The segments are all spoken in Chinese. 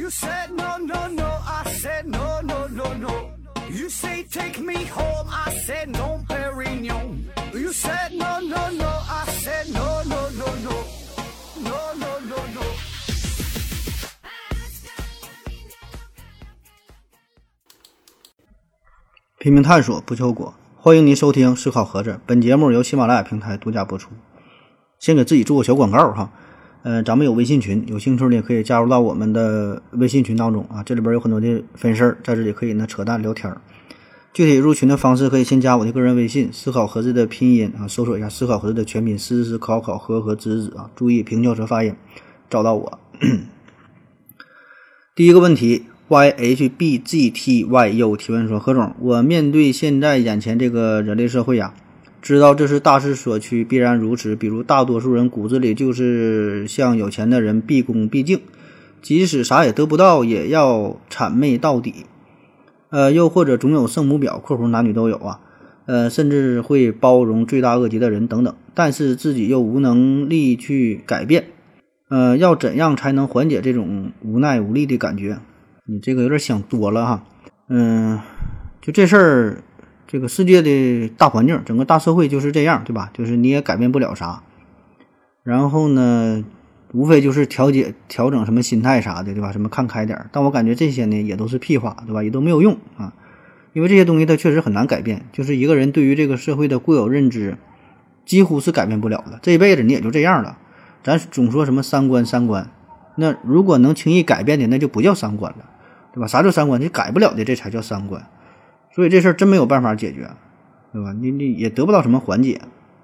said no, no, no, I said no, no, no, no. You say take me home, I said no, Perignon. You said no, no, no, I said no, no, no, no. No, no, no, no. 拼命探索不求果，欢迎您收听思考盒子。本节目由喜马拉雅平台独家播出。先给自己做个小广告哈，咱们有微信群，有兴趣的也可以加入到我们的微信群当中啊。这里边有很多的粉丝，在这里可以呢扯淡聊天。具体入群的方式可以先加我的个人微信，思考盒子的拼音啊，搜索一下思考盒子的全拼，思考考和子啊，注意平翘舌发音，找到我。第一个问题。YHBGTYU 提问说，何总，我面对现在眼前这个人类社会啊，知道这是大势所趋，必然如此。比如大多数人骨子里就是向有钱的人毕恭毕敬，即使啥也得不到也要谄媚到底。又或者总有圣母婊（括弧男女都有啊），甚至会包容罪大恶极的人等等，但是自己又无能力去改变。要怎样才能缓解这种无奈无力的感觉？你这个有点想多了哈，就这事儿，这个世界的大环境，整个大社会就是这样，对吧？就是你也改变不了啥，然后呢，无非就是调整什么心态啥的，对吧？什么看开点，但我感觉这些呢也都是屁话，对吧？也都没有用啊，因为这些东西它确实很难改变，就是一个人对于这个社会的固有认知，几乎是改变不了的，这一辈子你也就这样了。咱总说什么三观，那如果能轻易改变的，那就不叫三观了。对吧？啥叫三观？你改不了的，这才叫三观。所以这事儿真没有办法解决，对吧？你也得不到什么缓解，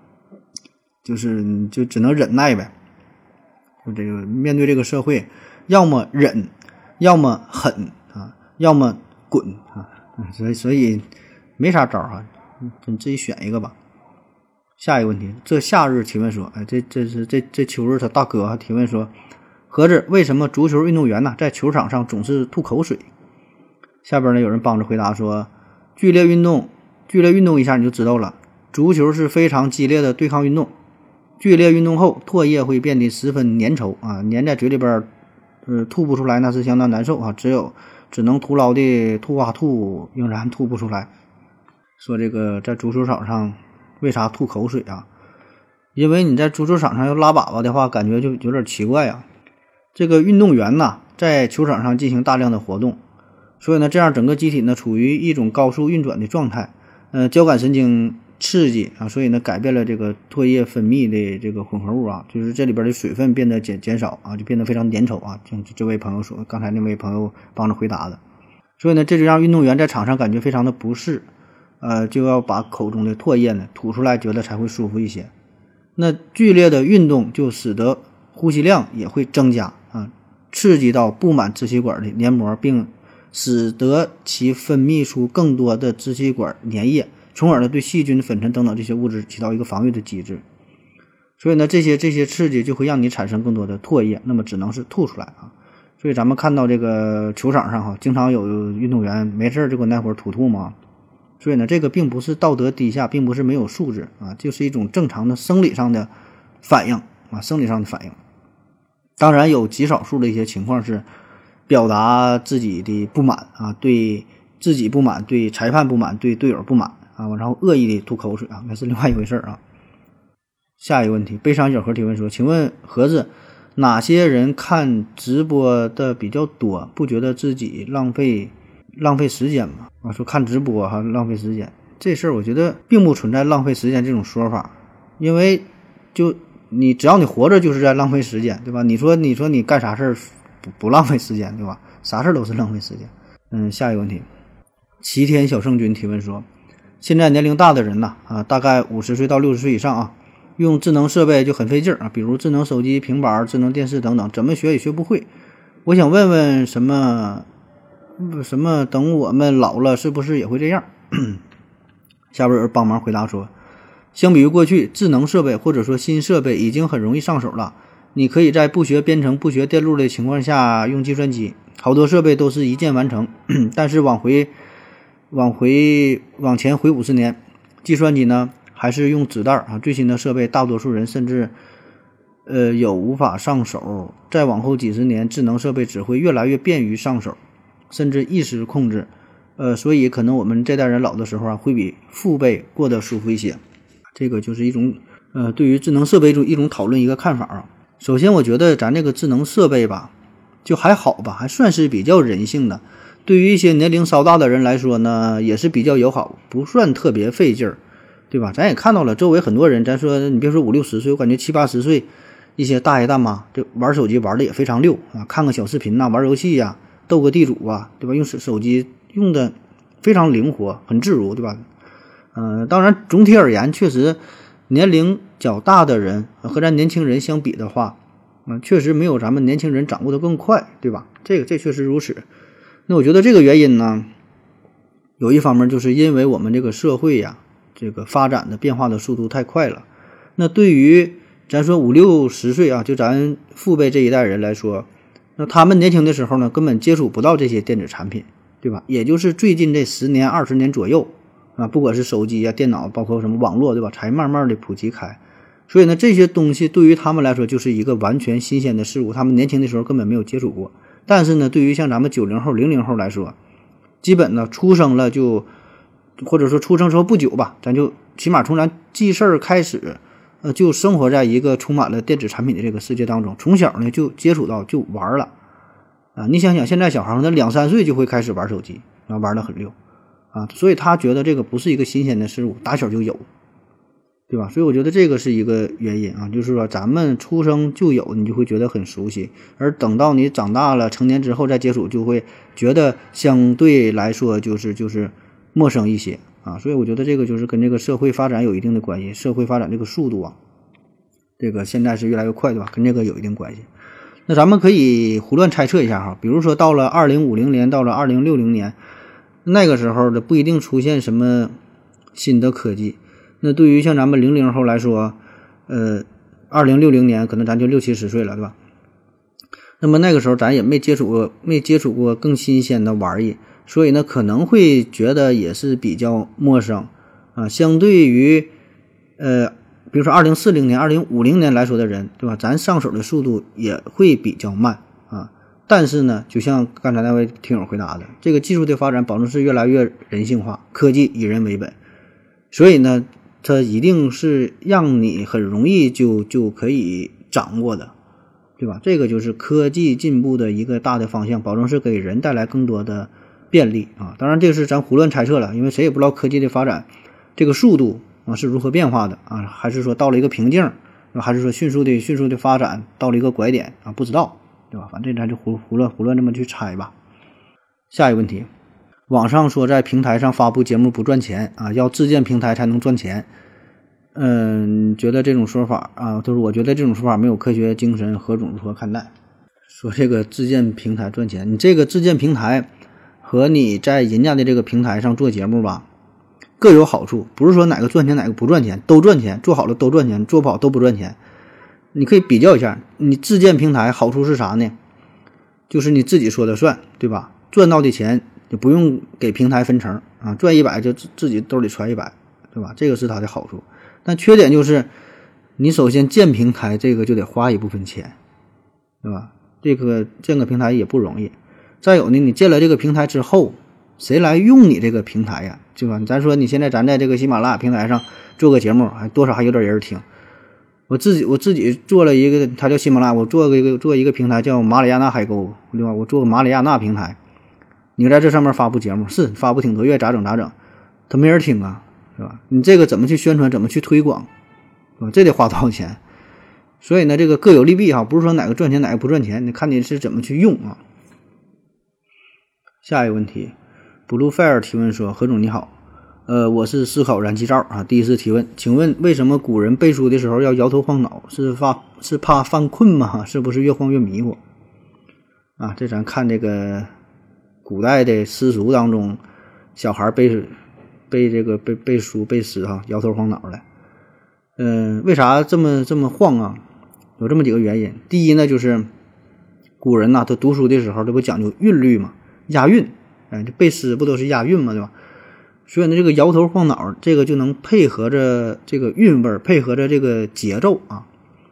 就只能忍耐呗。就这个面对这个社会，要么忍，要么狠啊，要么滚啊。所以没啥招啊，你自己选一个吧。下一个问题，这夏日提问说，这秋日他大哥还提问说。盒子，为什么足球运动员呢在球场上总是吐口水？下边呢有人帮着回答说，剧烈运动一下你就知道了。足球是非常激烈的对抗运动，剧烈运动后唾液会变得十分粘稠啊，粘在嘴里边，吐不出来那是相当难受啊，只能徒劳的吐啊吐，仍然吐不出来。说这个在足球场上为啥吐口水啊？因为你在足球场上要拉粑粑的话，感觉就有点奇怪啊。这个运动员呢，在球场上进行大量的活动，所以呢，这样整个机体呢处于一种高速运转的状态，交感神经刺激啊，所以呢改变了这个唾液分泌的这个混合物啊，就是这里边的水分变得减少啊，就变得非常粘稠啊，像这位朋友说，刚才那位朋友帮着回答的，所以呢，这就让运动员在场上感觉非常的不适，就要把口中的唾液呢吐出来，觉得才会舒服一些。那剧烈的运动就使得呼吸量也会增加啊，刺激到布满支气管的黏膜，并使得其分泌出更多的支气管粘液，从而呢对细菌、粉尘等等这些物质起到一个防御的机制。所以呢，这些刺激就会让你产生更多的唾液，那么只能是吐出来啊。所以咱们看到这个球场上哈，经常有运动员没事就搁那会儿吐嘛。所以呢，这个并不是道德低下，并不是没有素质啊，就是一种正常的生理上的反应啊，生理上的反应。当然有极少数的一些情况是表达自己的不满啊，对自己不满，对裁判不满，对队友不满啊，然后恶意的吐口水啊，那是另外一回事啊。下一个问题，悲伤小盒提问说，请问盒子，哪些人看直播的比较多，不觉得自己浪费时间吗？啊，说看直播还浪费时间，这事儿我觉得并不存在浪费时间这种说法，因为你只要你活着就是在浪费时间，对吧？你说你干啥事儿不浪费时间，对吧？啥事儿都是浪费时间。下一个问题，齐天小圣君提问说，现在年龄大的人呐，大概50岁到60岁以上啊，用智能设备就很费劲啊，比如智能手机、平板、智能电视等等，怎么学也学不会。我想问问什么等我们老了是不是也会这样？下边有人帮忙回答说，相比于过去，智能设备或者说新设备已经很容易上手了。你可以在不学编程、不学电路的情况下用计算机，好多设备都是一键完成。但是往前回50年，计算机呢还是用纸袋啊。最新的设备，大多数人甚至有无法上手，再往后几十年智能设备只会越来越便于上手，甚至意识控制，所以可能我们这代人老的时候啊，会比父辈过得舒服一些。这个就是一种对于智能设备一种讨论一个看法啊。首先我觉得咱这个智能设备吧就还好吧，还算是比较人性的，对于一些年龄稍大的人来说呢也是比较友好，不算特别费劲儿，对吧？咱也看到了周围很多人，咱说你别说50-60岁，我感觉70-80岁一些大爷大妈这玩手机玩的也非常溜啊，看个小视频玩游戏呀，斗个地主啊，对吧？用手机用的非常灵活，很自如，对吧？当然总体而言，确实年龄较大的人和咱年轻人相比的话，确实没有咱们年轻人掌握的更快，对吧？这确实如此。那我觉得这个原因呢，有一方面就是因为我们这个社会呀，这个发展的变化的速度太快了。那对于咱说50-60岁啊，就咱父辈这一代人来说，那他们年轻的时候呢，根本接触不到这些电子产品，对吧？也就是最近这10年、20年左右啊，不管是手机啊、电脑，包括什么网络，对吧？才慢慢的普及开。所以呢，这些东西对于他们来说就是一个完全新鲜的事物，他们年轻的时候根本没有接触过。但是呢，对于像咱们90后、00后来说，基本呢出生了就，或者说出生之后不久吧，咱就起码从咱记事儿开始，就生活在一个充满了电子产品的这个世界当中，从小呢就接触到就玩了啊！你想想，现在小孩那2-3岁就会开始玩手机啊，玩得很溜啊，所以他觉得这个不是一个新鲜的事物，打小就有，对吧？所以我觉得这个是一个原因啊，就是说咱们出生就有，你就会觉得很熟悉，而等到你长大了成年之后再接触，就会觉得相对来说就是陌生一些啊。所以我觉得这个就是跟这个社会发展有一定的关系，社会发展这个速度啊，这个现在是越来越快，对吧？跟这个有一定关系。那咱们可以胡乱猜测一下哈，比如说到了2050年，到了2060年，那个时候的不一定出现什么新的科技。那对于像咱们00后来说，2060年可能咱就60-70岁了，对吧？那么那个时候咱也没接触过更新鲜的玩意，所以呢可能会觉得也是比较陌生啊。相对于比如说2040年、2050年来说的人，对吧？咱上手的速度也会比较慢啊。但是呢，就像刚才那位听友回答的，这个技术的发展保证是越来越人性化，科技以人为本，所以呢它一定是让你很容易就可以掌握的，对吧？这个就是科技进步的一个大的方向，保证是给人带来更多的便利啊。当然这是咱胡乱猜测了，因为谁也不知道科技的发展这个速度啊是如何变化的啊，还是说到了一个瓶颈，还是说迅速的发展到了一个拐点啊，不知道，对吧？反正咱就胡乱这么去猜吧。下一个问题，网上说在平台上发布节目不赚钱啊，要自建平台才能赚钱。觉得这种说法啊，就是我觉得这种说法没有科学精神，何总如何看待？说这个自建平台赚钱，你这个自建平台和你在人家的这个平台上做节目吧，各有好处，不是说哪个赚钱哪个不赚钱，都赚钱，做好了都赚钱，做不好都不赚钱。你可以比较一下，你自建平台好处是啥呢？就是你自己说了算，对吧？赚到的钱就不用给平台分成啊，赚100就自己兜里揣100，对吧？这个是它的好处。但缺点就是你首先建平台这个就得花一部分钱，对吧？这个建个平台也不容易。再有呢，你建了这个平台之后，谁来用你这个平台呀？对吧？咱说你现在咱在这个喜马拉雅平台上做个节目，还多少还有点人听。我自己做了一个，它叫喜马拉雅，我做一个平台叫马里亚纳海沟，对吧？我做个马里亚纳平台，你在这上面发布节目，是发布挺多，越咋整，它没人听啊，是吧？你这个怎么去宣传，怎么去推广，这得花多少钱？所以呢，这个各有利弊哈，不是说哪个赚钱哪个不赚钱，你看你是怎么去用啊。下一个问题 ，Bluefire 提问说：何总你好，我是思考燃气灶啊，第一次提问，请问为什么古人背书的时候要摇头晃脑？是怕犯困吗？是不是越晃越迷糊？啊，这咱看这个古代的诗俗当中，小孩背书背诗哈，摇头晃脑的。为啥这么晃啊？有这么几个原因。第一呢，就是古人呐，他读书的时候这不讲究韵律嘛，押韵，这背诗不都是押韵嘛，对吧？所以呢，这个摇头晃脑，这个就能配合着这个韵味，配合着这个节奏啊。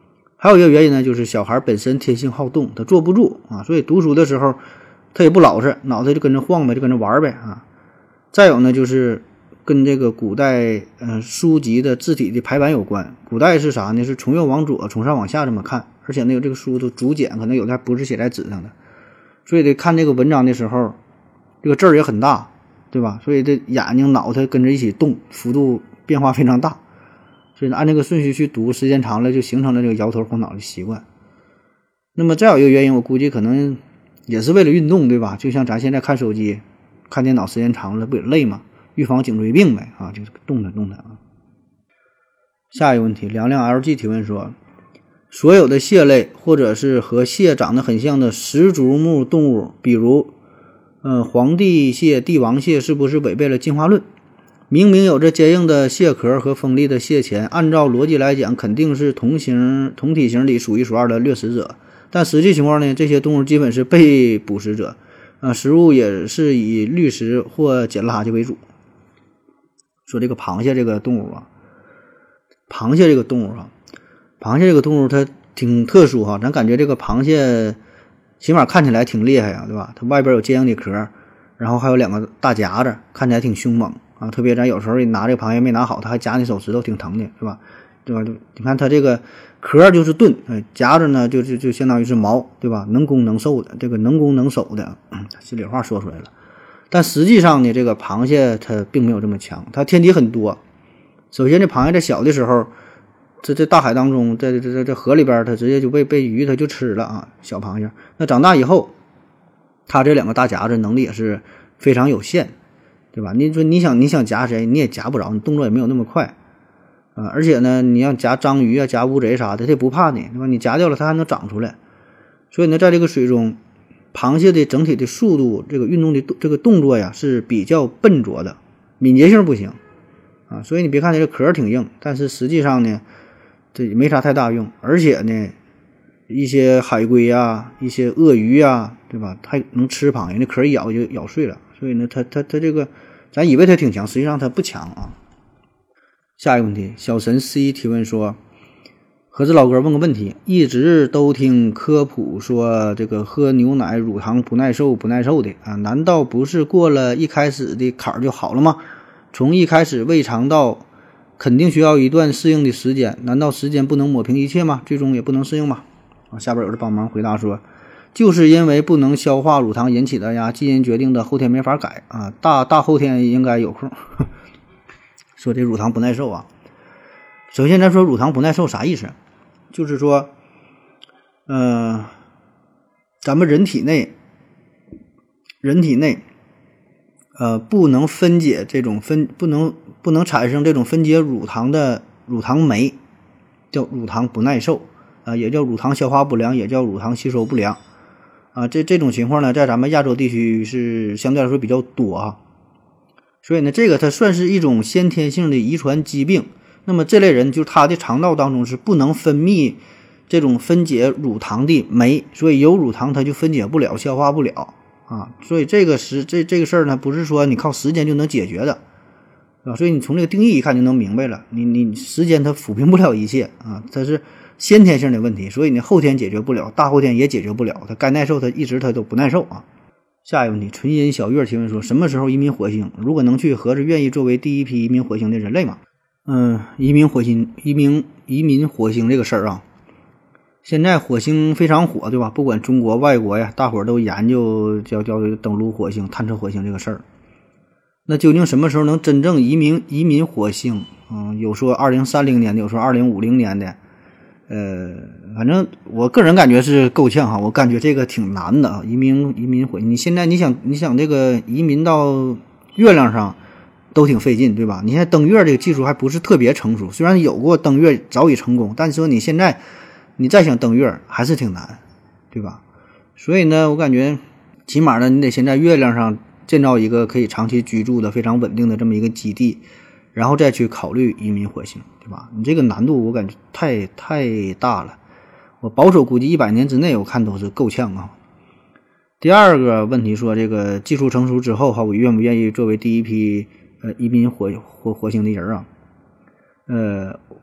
还有一个原因呢，就是小孩本身天性好动，他坐不住啊，所以读书的时候他也不老实，脑袋就跟着晃呗，就跟着玩呗啊。再有呢，就是跟这个古代书籍的字体的排版有关。古代是啥呢？是从右往左，从上往下这么看，而且呢，有这个书的竹简，可能有的还不是写在纸上的，所以得看这个文章的时候，这个字儿也很大，对吧？所以这眼睛、脑袋跟着一起动，幅度变化非常大。所以按这个顺序去读，时间长了就形成了这个摇头晃脑的习惯。那么再有一个原因，我估计可能也是为了运动，对吧？就像咱现在看手机、看电脑时间长了，不也累吗？预防颈椎病呗啊，就是动弹啊。下一个问题，凉凉 LG 提问说，所有的蟹类或者是和蟹长得很像的食竹目动物，比如皇帝蟹、帝王蟹，是不是违背了进化论？明明有着坚硬的蟹壳和锋利的蟹钳，按照逻辑来讲，肯定是同体型里数一数二的掠食者。但实际情况呢，这些动物基本是被捕食者，食物也是以滤食或捡垃圾为主。说这个螃蟹这个动物啊，螃蟹这个动物它挺特殊哈，咱感觉这个螃蟹起码看起来挺厉害啊，对吧？它外边有坚硬的壳，然后还有两个大夹子，看起来挺凶猛啊。特别咱有时候拿这个螃蟹没拿好，它还夹你手指头，挺疼的，是吧？对吧？你看它这个壳就是盾，夹子呢就相当于是矛，对吧？能攻能受的，这个能攻能守的，心里话说出来了。但实际上呢，这个螃蟹它并没有这么强，它天敌很多。首先，这螃蟹在小的时候，这大海当中，在这河里边，它直接就被鱼它就吃了啊，小螃蟹。那长大以后，它这两个大夹子能力也是非常有限，对吧？你说你想夹谁，你也夹不着，你动作也没有那么快啊。而且呢，你要夹章鱼啊、夹乌贼啥的，它也不怕你，对吧？你夹掉了，它还能长出来。所以呢，在这个水中，螃蟹的整体的速度，这个运动的这个动作呀是比较笨拙的，敏捷性不行啊。所以你别看这个壳挺硬，但是实际上呢，这没啥太大用。而且呢，一些海龟啊、一些鳄鱼啊，对吧？它能吃螃蟹，那壳一咬就咬碎了。所以呢，它这个，咱以为它挺强，实际上它不强啊。下一个问题，小神 C 提问说，盒子老哥问个问题，一直都听科普说这个喝牛奶乳糖不耐受的啊，难道不是过了一开始的坎儿就好了吗？从一开始胃肠道肯定需要一段适应的时间，难道时间不能抹平一切吗？最终也不能适应吗？啊，下边有人帮忙回答说，就是因为不能消化乳糖引起的呀，基因决定的，后天没法改啊，大后天应该有空。说这乳糖不耐受啊，首先咱说乳糖不耐受啥意思？就是说，咱们人体内，不能分解这种不能产生这种分解乳糖的乳糖酶，叫乳糖不耐受啊，也叫乳糖消化不良，也叫乳糖吸收不良啊。这种情况呢，在咱们亚洲地区是相对来说比较多啊。所以呢，这个它算是一种先天性的遗传疾病。那么这类人就是他的肠道当中是不能分泌这种分解乳糖的酶，所以有乳糖它就分解不了、消化不了啊。所以这个事儿呢，不是说你靠时间就能解决的啊。所以你从这个定义一看就能明白了，你时间它抚平不了一切啊，它是先天性的问题，所以你后天解决不了，大后天也解决不了，它该耐受它一直它都不耐受啊。下一个问题，纯音小月提问说，什么时候移民火星？如果能去，何是愿意作为第一批移民火星的人类吗？移民火星这个事儿啊，现在火星非常火，对吧？不管中国外国呀，大伙儿都研究叫登陆火星、探测火星这个事儿。那究竟什么时候能真正移民火星？有说2030年的，有说2050年的。反正我个人感觉是够呛哈，我感觉这个挺难的啊。移民火星，你现在你想这个移民到月亮上都挺费劲，对吧？你现在登月这个技术还不是特别成熟，虽然有过登月早已成功，但是说你现在你再想登月还是挺难，对吧？所以呢，我感觉起码呢，你得先在月亮上建造一个可以长期居住的非常稳定的这么一个基地，然后再去考虑移民火星，对吧？你这个难度我感觉太大了，我保守估计100年之内我看都是够呛啊。第二个问题说，这个技术成熟之后哈，我愿不愿意作为第一批移民火星的人啊？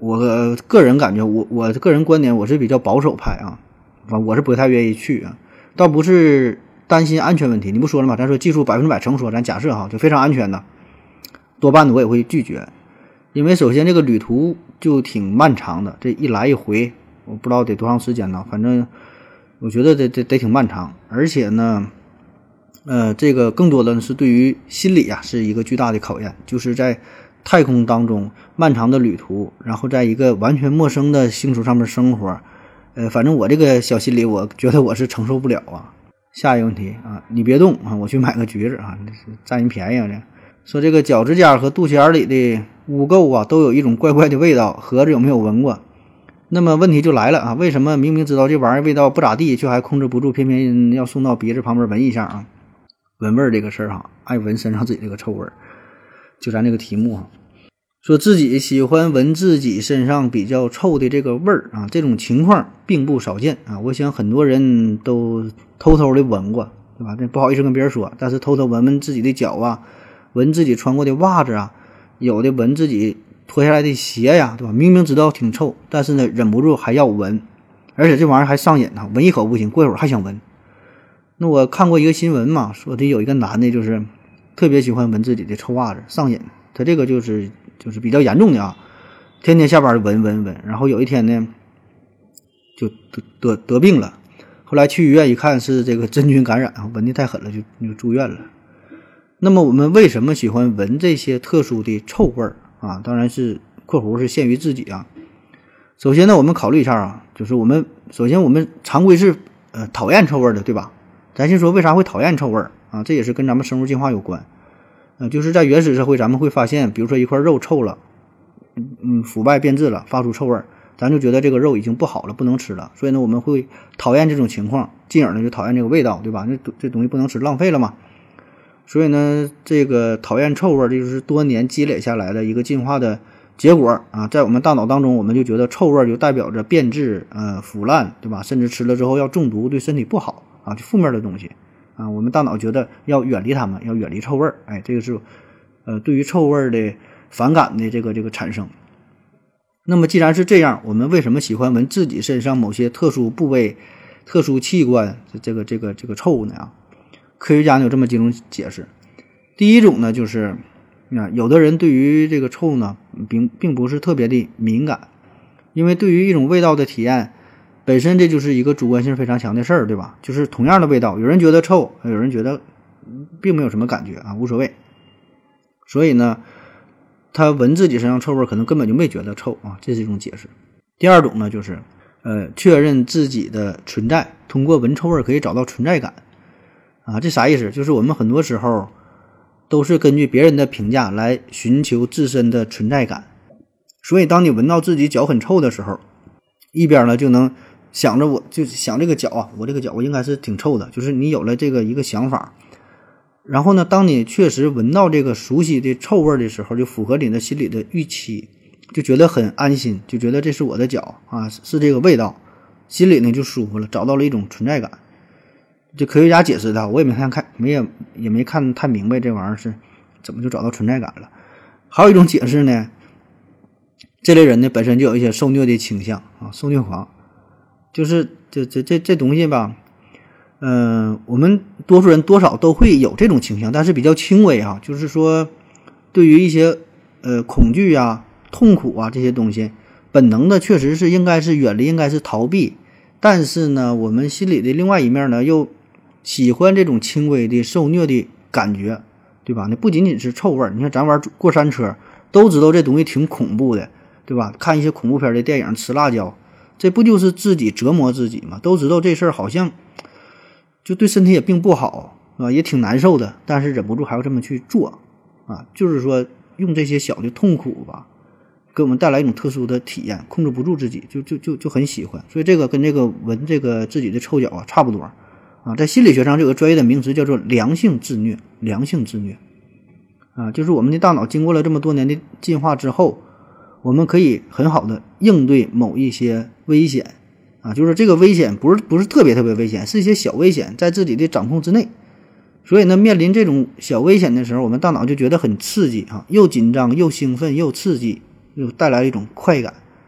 我个人感觉，我个人观点，我是比较保守派啊，我是不太愿意去啊，倒不是担心安全问题。你不说了吗？咱说技术100%成熟，咱假设哈，就非常安全的，多半的我也会拒绝，因为首先这个旅途就挺漫长的，这一来一回，我不知道得多长时间呢，反正我觉得得挺漫长，而且呢，这个更多的是对于心理啊是一个巨大的考验，就是在太空当中漫长的旅途，然后在一个完全陌生的星球上面生活，反正我这个小心理，我觉得我是承受不了啊。下一个问题啊，你别动啊，我去买个橘子啊，这是占人便宜啊！这说这个脚趾甲和肚脐眼里的污垢啊，都有一种怪怪的味道，盒子有没有闻过？那么问题就来了啊，为什么明明知道这玩意儿味道不咋地，却还控制不住，偏偏要送到鼻子旁边闻一下啊？闻味儿这个事儿哈，爱闻身上自己这个臭味儿。就咱这个题目哈，说自己喜欢闻自己身上比较臭的这个味儿啊，这种情况并不少见啊。我想很多人都偷偷的闻过，对吧？这不好意思跟别人说，但是偷偷闻闻自己的脚啊，闻自己穿过的袜子啊，有的闻自己脱下来的鞋呀，对吧？明明知道挺臭，但是呢忍不住还要闻，而且这玩意儿还上瘾啊，闻一口不行，过一会儿还想闻。那我看过一个新闻嘛，说的有一个男的就是特别喜欢闻自己的臭袜子，上瘾。他这个就是比较严重的啊，天天下班闻，然后有一天呢就得病了，后来去医院一看是这个真菌感染，闻得太狠了，就住院了。那么我们为什么喜欢闻这些特殊的臭味儿啊？当然是括弧是限于自己啊。首先呢，我们考虑一下啊，就是我们常规是讨厌臭味的，对吧？咱先说为啥会讨厌臭味啊？这也是跟咱们生物进化有关。就是在原始社会，咱们会发现，比如说一块肉臭了，腐败变质了，发出臭味，咱就觉得这个肉已经不好了，不能吃了。所以呢，我们会讨厌这种情况，进而呢就讨厌这个味道，对吧？这东西不能吃，浪费了嘛。所以呢，这个讨厌臭味，这就是多年积累下来的一个进化的结果啊。在我们大脑当中，我们就觉得臭味就代表着变质、腐烂，对吧？甚至吃了之后要中毒，对身体不好啊，就负面的东西。啊，我们大脑觉得要远离它们，要远离臭味儿，哎，这个是对于臭味儿的反感的这个产生。那么既然是这样，我们为什么喜欢闻自己身上某些特殊部位、特殊器官这个臭呢？啊，科学家有这么几种解释。第一种呢，就是有的人对于这个臭呢，并不是特别的敏感，因为对于一种味道的体验。本身这就是一个主观性非常强的事儿，对吧？就是同样的味道，有人觉得臭，有人觉得并没有什么感觉啊，无所谓。所以呢，他闻自己身上臭味，可能根本就没觉得臭啊，这是一种解释。第二种呢，就是确认自己的存在，通过闻臭味可以找到存在感啊，这啥意思？就是我们很多时候都是根据别人的评价来寻求自身的存在感。所以当你闻到自己脚很臭的时候，一边呢就能想着我就想这个脚啊，我这个脚我应该是挺臭的，就是你有了这个一个想法。然后呢，当你确实闻到这个熟悉的臭味的时候，就符合你的心理的预期，就觉得很安心，就觉得这是我的脚啊，是这个味道，心里呢就舒服了，找到了一种存在感。这科学家解释的，我也没看太明白这玩意儿是怎么就找到存在感了。还有一种解释呢，这类人呢本身就有一些受虐的倾向啊，受虐狂，就是这东西吧，我们多数人多少都会有这种倾向，但是比较轻微啊，就是说对于一些恐惧啊、痛苦啊这些东西，本能的确实是应该是远离，应该是逃避，但是呢，我们心里的另外一面呢，又喜欢这种轻微的受虐的感觉，对吧？那不仅仅是臭味，你看咱玩过山车，都知道这东西挺恐怖的。对吧？看一些恐怖片的电影，吃辣椒，这不就是自己折磨自己吗？都知道这事儿好像就对身体也并不好啊，也挺难受的，但是忍不住还要这么去做啊。就是说，用这些小的痛苦吧，给我们带来一种特殊的体验，控制不住自己，就很喜欢。所以这个跟这个闻这个自己的臭脚啊差不多啊。在心理学上，这有个专业的名词叫做良性自虐，良性自虐啊，就是我们的大脑经过了这么多年的进化之后。我们可以很好的应对某一些危险啊，就是这个危险不是特别危险，是一些小危险，在自己的掌控之内。所以呢，面临这种小危险的时候，我们大脑就觉得很刺激啊，又紧张又兴奋又刺激，又带来一种快感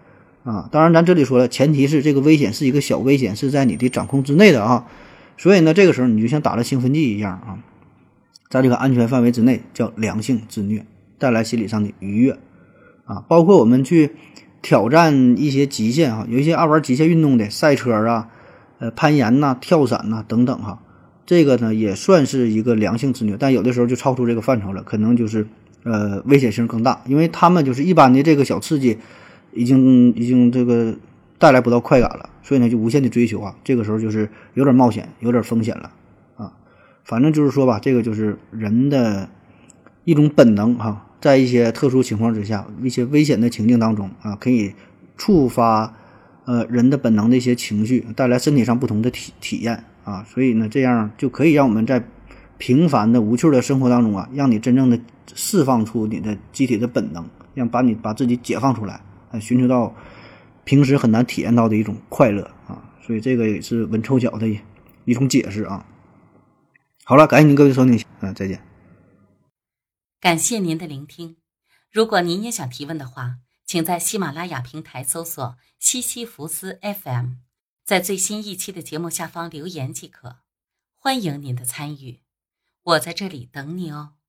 啊。当然咱这里说了，前提是这个危险是一个小危险，是在你的掌控之内的啊。所以呢，这个时候你就像打了兴奋剂一样啊，在这个安全范围之内叫良性自虐，带来心理上的愉悦啊。包括我们去挑战一些极限啊，有一些爱玩极限运动的赛车啊、攀岩呐、跳伞呐等等哈，这个呢也算是一个良性自虐，但有的时候就超出这个范畴了，可能就是危险性更大，因为他们就是一般的这个小刺激已经这个带来不到快感了，所以呢就无限的追求啊，这个时候就是有点冒险，有点风险了啊。反正就是说吧，这个就是人的一种本能哈，在一些特殊情况之下，一些危险的情境当中啊，可以触发人的本能的一些情绪，带来身体上不同的体验啊，所以呢这样就可以让我们在平凡的无趣的生活当中啊，让你真正的释放出你的机体的本能，把自己解放出来，寻求到平时很难体验到的一种快乐啊。所以这个也是文抽脚的一种解释啊。好了，感谢您各位收听，再见。 感谢您的聆听。如果您也想提问的话，请在喜马拉雅平台搜索西西弗斯 FM， 在最新一期的节目下方留言即可。欢迎您的参与，我在这里等你哦。